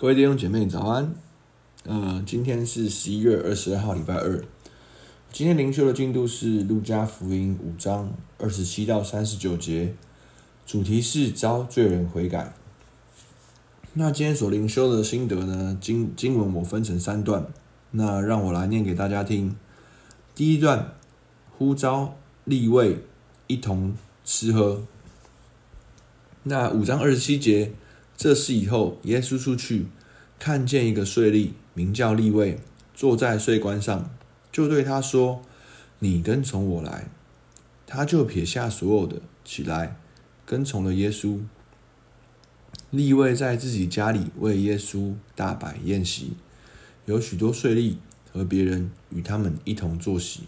各位弟兄姐妹早安。今天是11月22号礼拜二。今天灵修的进度是路加福音5章27到39节，主题是召罪人悔改。那今天所灵修的心得呢，经文我分成3段，那让我来念给大家听。第一段，呼召利未一同吃喝。那5章27节，这事以后，耶稣出去，看见一个税吏，名叫利未，坐在税关上，就对他说：“你跟从我来。”他就撇下所有的，起来跟从了耶稣。利未在自己家里为耶稣大摆宴席，有许多税吏和别人与他们一同坐席。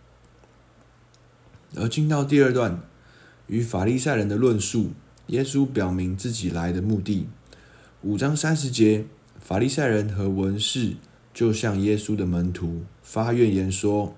而进到第二段，与法利赛人的论述，耶稣表明自己来的目的。5章30节，法利赛人和文士就向耶稣的门徒发怨言说：“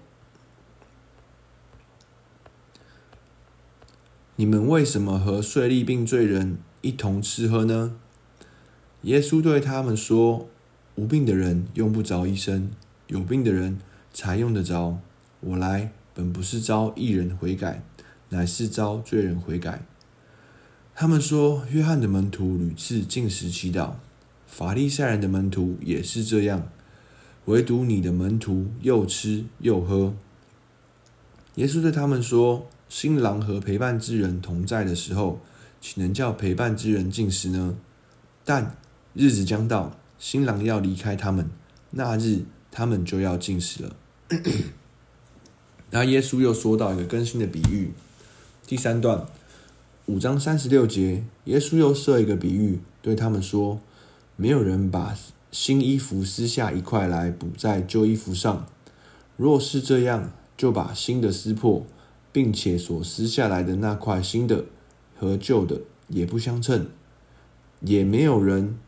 你们为什么和税吏并罪人一同吃喝呢？”耶稣对他们说：“无病的人用不着医生，有病的人才用得着。我来本不是召义人悔改，乃是召罪人悔改。”他们说：“约翰的门徒屡次禁食祈祷，法利赛人的门徒也是这样，唯独你的门徒又吃又喝。”耶稣对他们说：“新郎和陪伴之人同在的时候，岂能叫陪伴之人禁食呢？但日子将到，新郎要离开他们，那日他们就要禁食了。”那耶稣又说到一个更新的比喻。第3段5章36节，耶稣又设一个比喻，对他们说：“没有人把新衣服撕下一块来补在旧衣服上，若是这样，就把新的撕破，并且所撕下来的那块新的和旧的也不相称。也没有人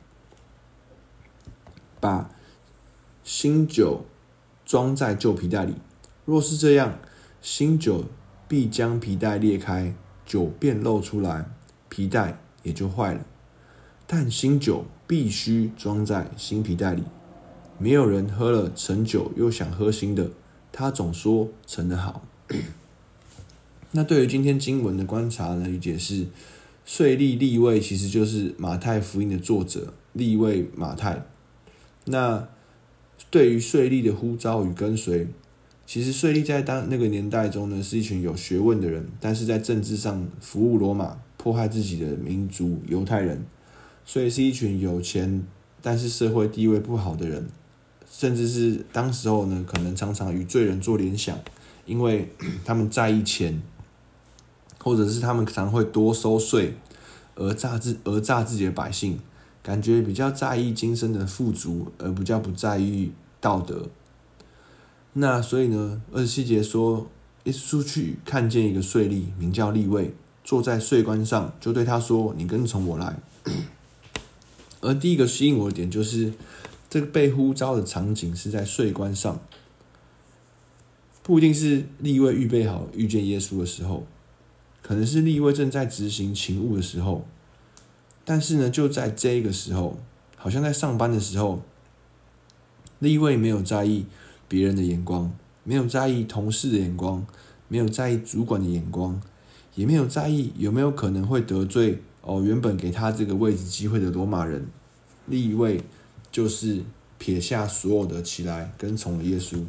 把新酒装在旧皮袋里，若是这样，新酒必将皮袋裂开，酒便漏出来，皮袋也就坏了。但新酒必须装在新皮袋里。没有人喝了陈酒又想喝新的，他总说陈的好。那对于今天经文的观察呢，与解释，税吏利未其实就是马太福音的作者利未马太。那对于税吏的呼召与跟随，其实税吏在那个年代中呢，是一群有学问的人，但是在政治上服务罗马，迫害自己的民族犹太人，所以是一群有钱但是社会地位不好的人，甚至是当时候呢，可能常常与罪人做联想，因为他们在意钱，或者是他们常会多收税，讹诈自己的百姓，感觉比较在意今生的富足，而比较不在意道德。那所以呢，27节说，耶稣出去看见一个税吏，名叫利未，坐在税关上，就对他说：“你跟从我来。”而第一个吸引我的点就是，这个被呼召的场景是在税关上，不一定是利未预备好遇见耶稣的时候，可能是利未正在执行勤务的时候。但是呢，就在这个时候，好像在上班的时候，利未没有在意别人的眼光，没有在意同事的眼光，没有在意主管的眼光，也没有在意有没有可能会得罪原本给他这个位置机会的罗马人。利未就是撇下所有的起来跟从了耶稣。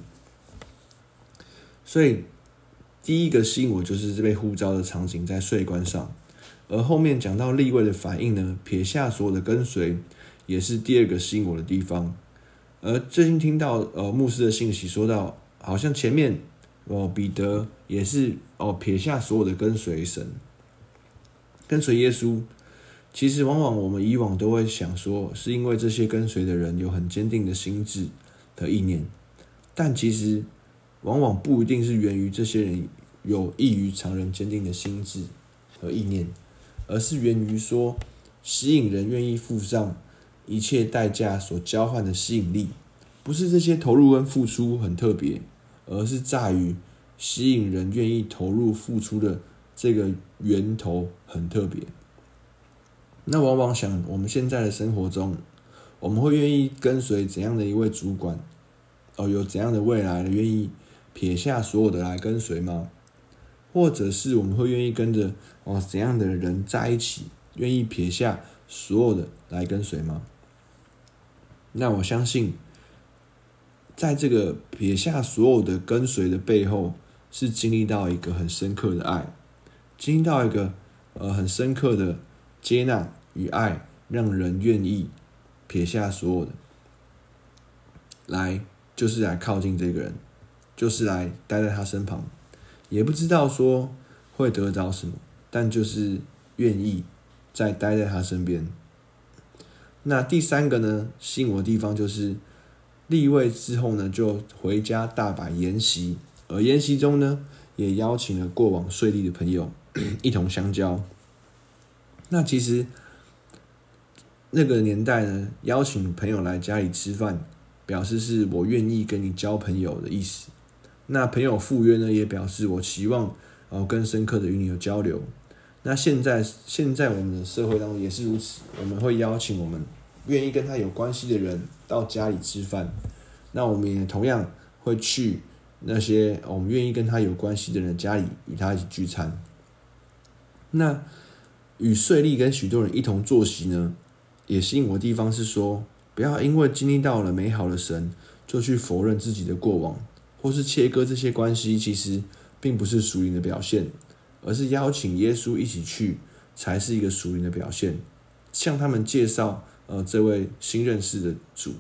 所以第一个吸引我就是这被呼召的场景在税关上，而后面讲到利未的反应呢，撇下所有的跟随，也是第二个吸引我的地方。而最近听到牧师的信息说到，好像前面彼得也是撇下所有的跟随神，跟随耶稣。其实往往我们以往都会想说，是因为这些跟随的人有很坚定的心智和意念，但其实往往不一定是源于这些人有异于常人坚定的心智和意念，而是源于说吸引人愿意付上一切代价所交换的吸引力，不是这些投入跟付出很特别，而是在于吸引人愿意投入付出的这个源头很特别。那往往想我们现在的生活中， 我们会愿意跟随怎样的一位主管？有怎样的未来愿意撇下所有的来跟随吗？或者是我们会愿意跟着怎样的人在一起，愿意撇下所有的来跟随吗？那我相信，在这个撇下所有的跟随的背后，是经历到一个很深刻的爱，经历到一个很深刻的接纳与爱，让人愿意撇下所有的来，就是来靠近这个人，就是来待在他身旁，也不知道说会得着什么，但就是愿意再待在他身边。那第三个呢，吸引我的地方就是立位之后呢，就回家大摆筵席，而筵席中呢，也邀请了过往税吏的朋友一同相交。那其实那个年代呢，邀请朋友来家里吃饭，表示是我愿意跟你交朋友的意思。那朋友赴约呢，也表示我期望更深刻的与你有交流。那现在我们的社会当中也是如此，我们会邀请我们愿意跟他有关系的人到家里吃饭。那我们也同样会去那些我们愿意跟他有关系的人家里与他一起聚餐。那与税吏跟许多人一同坐席呢，也吸引我的地方是说，不要因为经历到了美好的神，就去否认自己的过往，或是切割这些关系，其实并不是属灵的表现，而是邀请耶稣一起去，才是一个属灵的表现。向他们介绍这位新认识的主。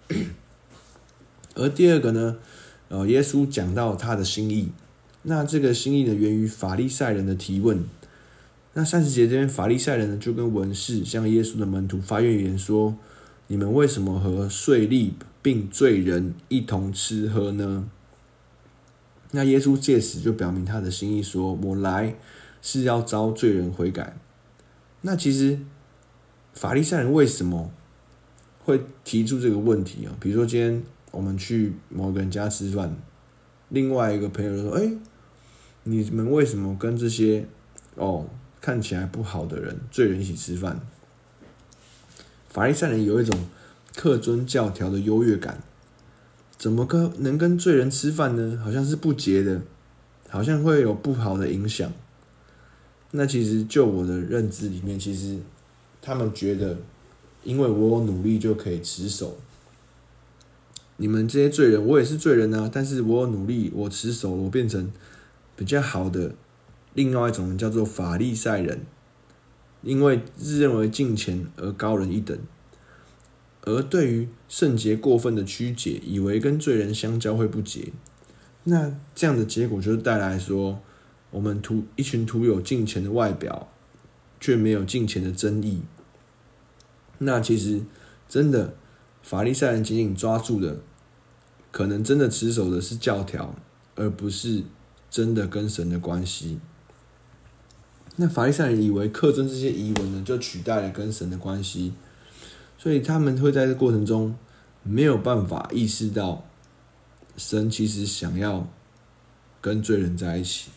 而第二个呢，耶稣讲到他的心意。那这个心意呢，源于法利赛人的提问。那30节这边，法利赛人呢就跟文士向耶稣的门徒发怨言说：“你们为什么和税吏并罪人一同吃喝呢？”那耶稣借此就表明他的心意说：“我来是要招罪人悔改。”那其实法利赛人为什么会提出这个问题啊？比如说今天我们去某个人家吃饭，另外一个朋友就说：“你们为什么跟这些看起来不好的人、罪人一起吃饭？”法利赛人有一种客遵教条的优越感，怎么能跟罪人吃饭呢？好像是不洁的，好像会有不好的影响。那其实就我的认知里面，其实他们觉得，因为我有努力就可以持守。你们这些罪人，我也是罪人啊，但是我有努力，我持守，我变成比较好的。另外一种人叫做法利赛人，因为自认为敬虔而高人一等，而对于圣洁过分的曲解，以为跟罪人相交会不洁。那这样的结果就是带来说，我们一群徒有敬虔的外表，却没有敬虔的真意。那其实真的法利赛人紧紧抓住的，可能真的持守的是教条，而不是真的跟神的关系。那法利赛人以为课征这些遗文呢，就取代了跟神的关系，所以他们会在这过程中没有办法意识到神其实想要跟罪人在一起。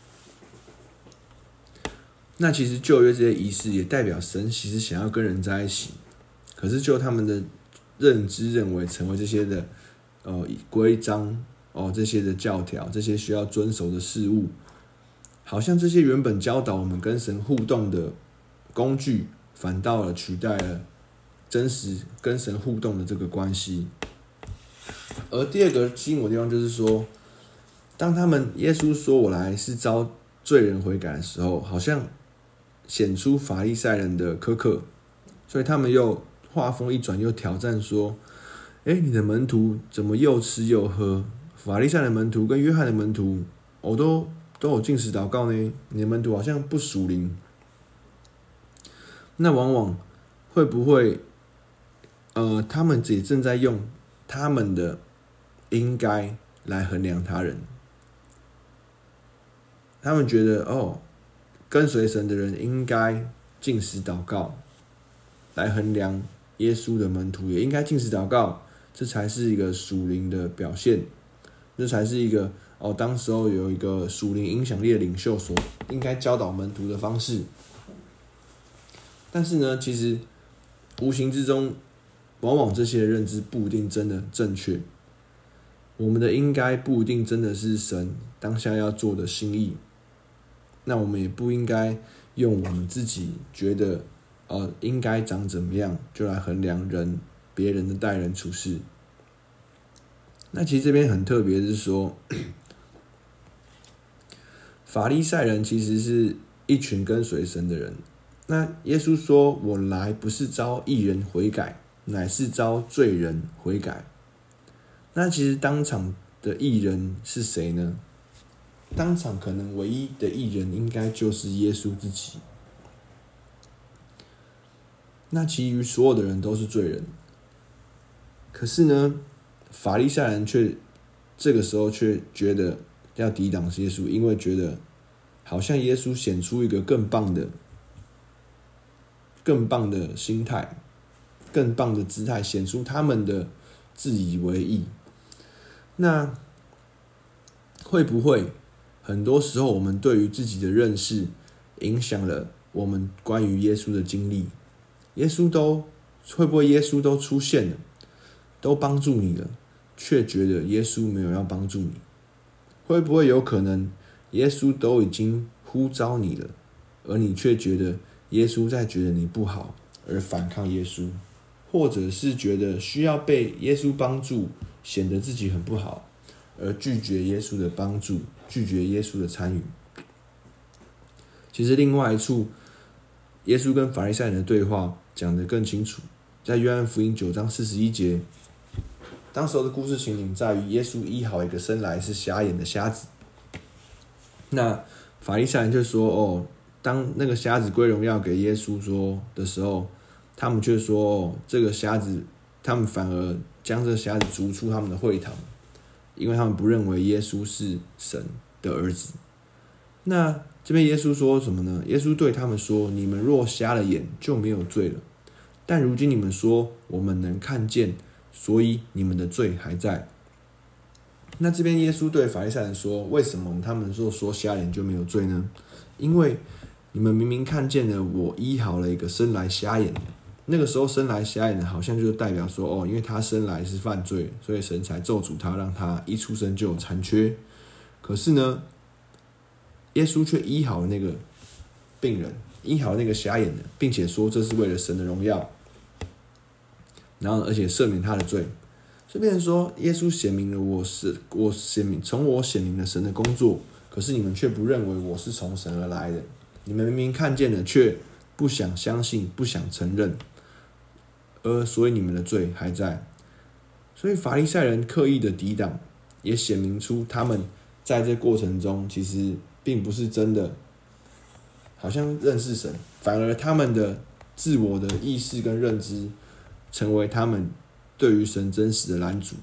那其实旧约这些仪式也代表神其实想要跟人在一起，可是就他们的认知认为，成为这些的规章这些的教条，这些需要遵守的事物，好像这些原本教导我们跟神互动的工具，反倒了取代了真实跟神互动的这个关系。而第二个吸引我的地方就是说，当耶稣说我来是招罪人悔改的时候，好像显出法利赛人的苛刻，所以他们又话锋一转，又挑战说：“你的门徒怎么又吃又喝？法利赛的门徒跟约翰的门徒，都有禁食祷告呢，你的门徒好像不属灵。”那往往会不会他们也正在用他们的应该来衡量他人？他们觉得跟随神的人应该禁食祷告，来衡量耶稣的门徒也应该禁食祷告，这才是一个属灵的表现，这才是一个当时候有一个属灵影响力的领袖所应该教导门徒的方式。但是呢，其实无形之中往往这些认知不一定真的正确。我们的应该不一定真的是神当下要做的心意，那我们也不应该用我们自己觉得应该长怎么样就来衡量别人的待人处事。那其实这边很特别的是说，法利赛人其实是一群跟随神的人。那耶稣说，我来不是召义人悔改，乃是召罪人悔改。那其实当场的义人是谁呢？当场可能唯一的义人应该就是耶稣自己。那其余所有的人都是罪人。可是呢，法利赛人这个时候却觉得要抵挡耶稣，因为觉得好像耶稣显出一个更棒的心态，更棒的姿态，显出他们的自以为意。那会不会很多时候我们对于自己的认识影响了我们关于耶稣的经历？会不会耶稣都出现了，都帮助你了，却觉得耶稣没有要帮助你？会不会有可能耶稣都已经呼召你了，而你却觉得耶稣在觉得你不好而反抗耶稣，或者是觉得需要被耶稣帮助，显得自己很不好，而拒绝耶稣的帮助，拒绝耶稣的参与？其实另外一处，耶稣跟法利赛人的对话讲得更清楚，在约翰福音9章41节，当时候的故事情景在于耶稣医好一个生来是瞎眼的瞎子。那法利赛人就说，当那个瞎子归荣耀给耶稣说的时候，他们却说，这个瞎子，他们反而将这个瞎子逐出他们的会堂，因为他们不认为耶稣是神的儿子。那这边耶稣说什么呢？耶稣对他们说，你们若瞎了眼就没有罪了，但如今你们说我们能看见，所以你们的罪还在。那这边耶稣对法利赛人说，为什么他们说瞎眼就没有罪呢？因为你们明明看见了我医好了一个生来瞎眼的，那个时候生来瞎眼的好像就代表说，因为他生来是犯罪，所以神才咒诅他，让他一出生就有残缺。可是呢，耶稣却医好了那个病人，医好那个瞎眼的，并且说这是为了神的荣耀，然后而且赦免他的罪。所以变成说，耶稣显明了从我显明了神的工作，可是你们却不认为我是从神而来的。你们明明看见了，却不想相信，不想承认，所以你们的罪还在。所以法利赛人刻意的抵挡，也显明出他们在这过程中其实并不是真的好像认识神，反而他们的自我的意识跟认知成为他们对于神真实的拦阻。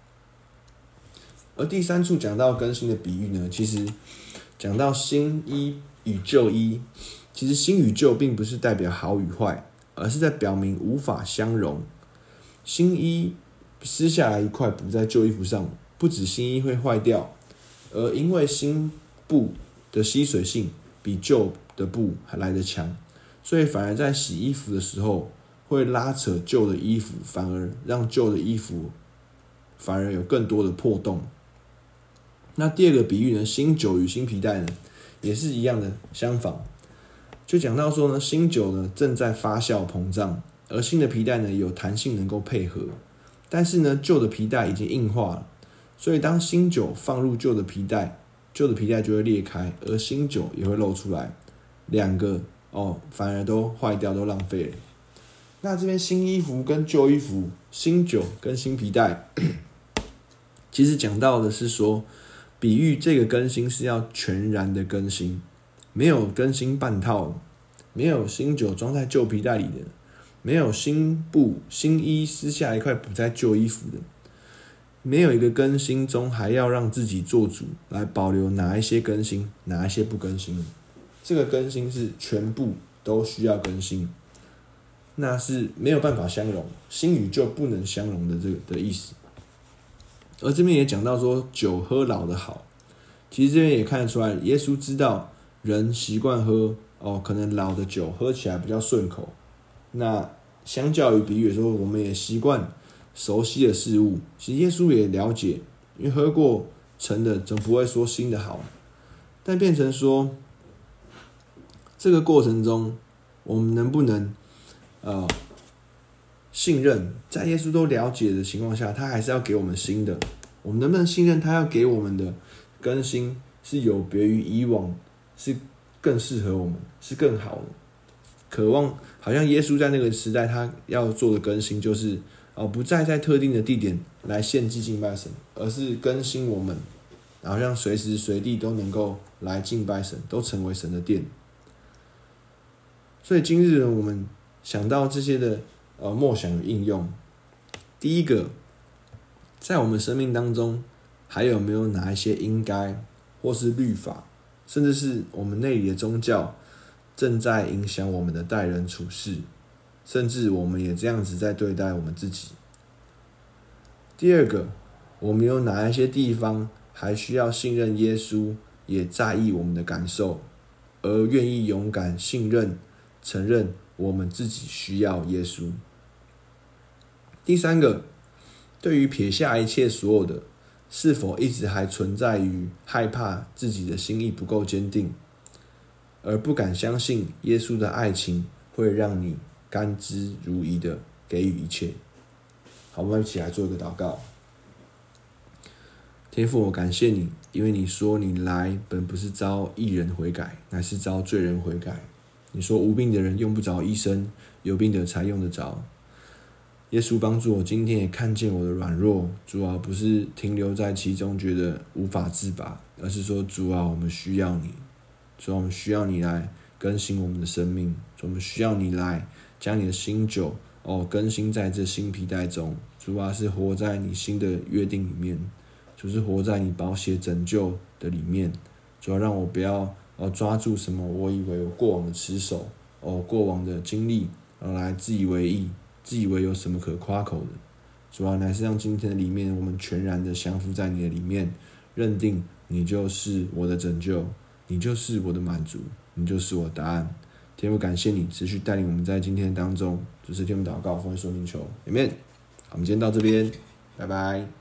而第三处讲到更新的比喻呢，其实讲到新衣与旧衣，其实新与旧并不是代表好与坏，而是在表明无法相容。新衣撕下来一块补在旧衣服上，不止新衣会坏掉，而因为新布的吸水性比旧的布还来得强，所以反而在洗衣服的时候会拉扯旧的衣服，反而让旧的衣服反而有更多的破洞。那第二个比喻呢，新酒与新皮带呢，也是一样的相仿，就讲到说呢，新酒呢正在发酵膨胀，而新的皮带呢有弹性能够配合，但是呢旧的皮带已经硬化了，所以当新酒放入旧的皮带，旧的皮带就会裂开，而新酒也会露出来，两个反而都坏掉，都浪费了。那这边新衣服跟旧衣服，新酒跟新皮带，其实讲到的是说，比喻这个更新是要全然的更新，没有更新半套，没有新酒装在旧皮带里的，没有新布新衣撕下一块补在旧衣服的，没有一个更新中还要让自己做主来保留哪一些更新，哪一些不更新。这个更新是全部都需要更新，那是没有办法相容，新与旧不能相容的这个的意思。而这边也讲到说，酒喝老的好，其实这边也看得出来，耶稣知道人习惯喝可能老的酒喝起来比较顺口，那相较于比喻说，我们也习惯熟悉的事物，其实耶稣也了解，因为喝过陈的总不会说新的好，但变成说这个过程中，我们能不能信任，在耶稣都了解的情况下，他还是要给我们新的。我们能不能信任他要给我们的更新是有别于以往，是更适合我们，是更好的？渴望好像耶稣在那个时代，他要做的更新就是不再在特定的地点来献祭敬拜神，而是更新我们，好像随时随地都能够来敬拜神，都成为神的殿。所以今日呢，我们想到这些的默想与应用。第一个，在我们生命当中，还有没有哪一些应该，或是律法，甚至是我们内里的宗教，正在影响我们的待人处事，甚至我们也这样子在对待我们自己。第二个，我们有哪一些地方还需要信任耶稣，也在意我们的感受，而愿意勇敢信任、承认我们自己需要耶稣。第三个，对于撇下一切所有的，是否一直还存在于害怕自己的心意不够坚定，而不敢相信耶稣的爱情会让你甘之如饴的给予一切。好，我们一起来做一个祷告。天父，我感谢你，因为你说你来本不是召义人悔改，乃是召罪人悔改。你说无病的人用不着医生，有病的才用得着。耶稣帮助我今天也看见我的软弱，主啊，不是停留在其中觉得无法自拔，而是说主啊，我们需要你，主啊，我们需要你来更新我们的生命，主啊，我们需要你来将你的新酒更新在这新皮带中，主啊，是活在你新的约定里面，就是活在你宝血拯救的里面。主啊，让我不要抓住什么我以为我过往的持守过往的经历来自以为意，自以为有什么可夸口的。主啊，乃是让今天的里面我们全然的降服在你的里面，认定你就是我的拯救，你就是我的满足，你就是我的答案。天父，感谢你持续带领我们在今天当中，就是天父祷告奉耶稣名求，Amen。好，我们今天到这边，拜拜。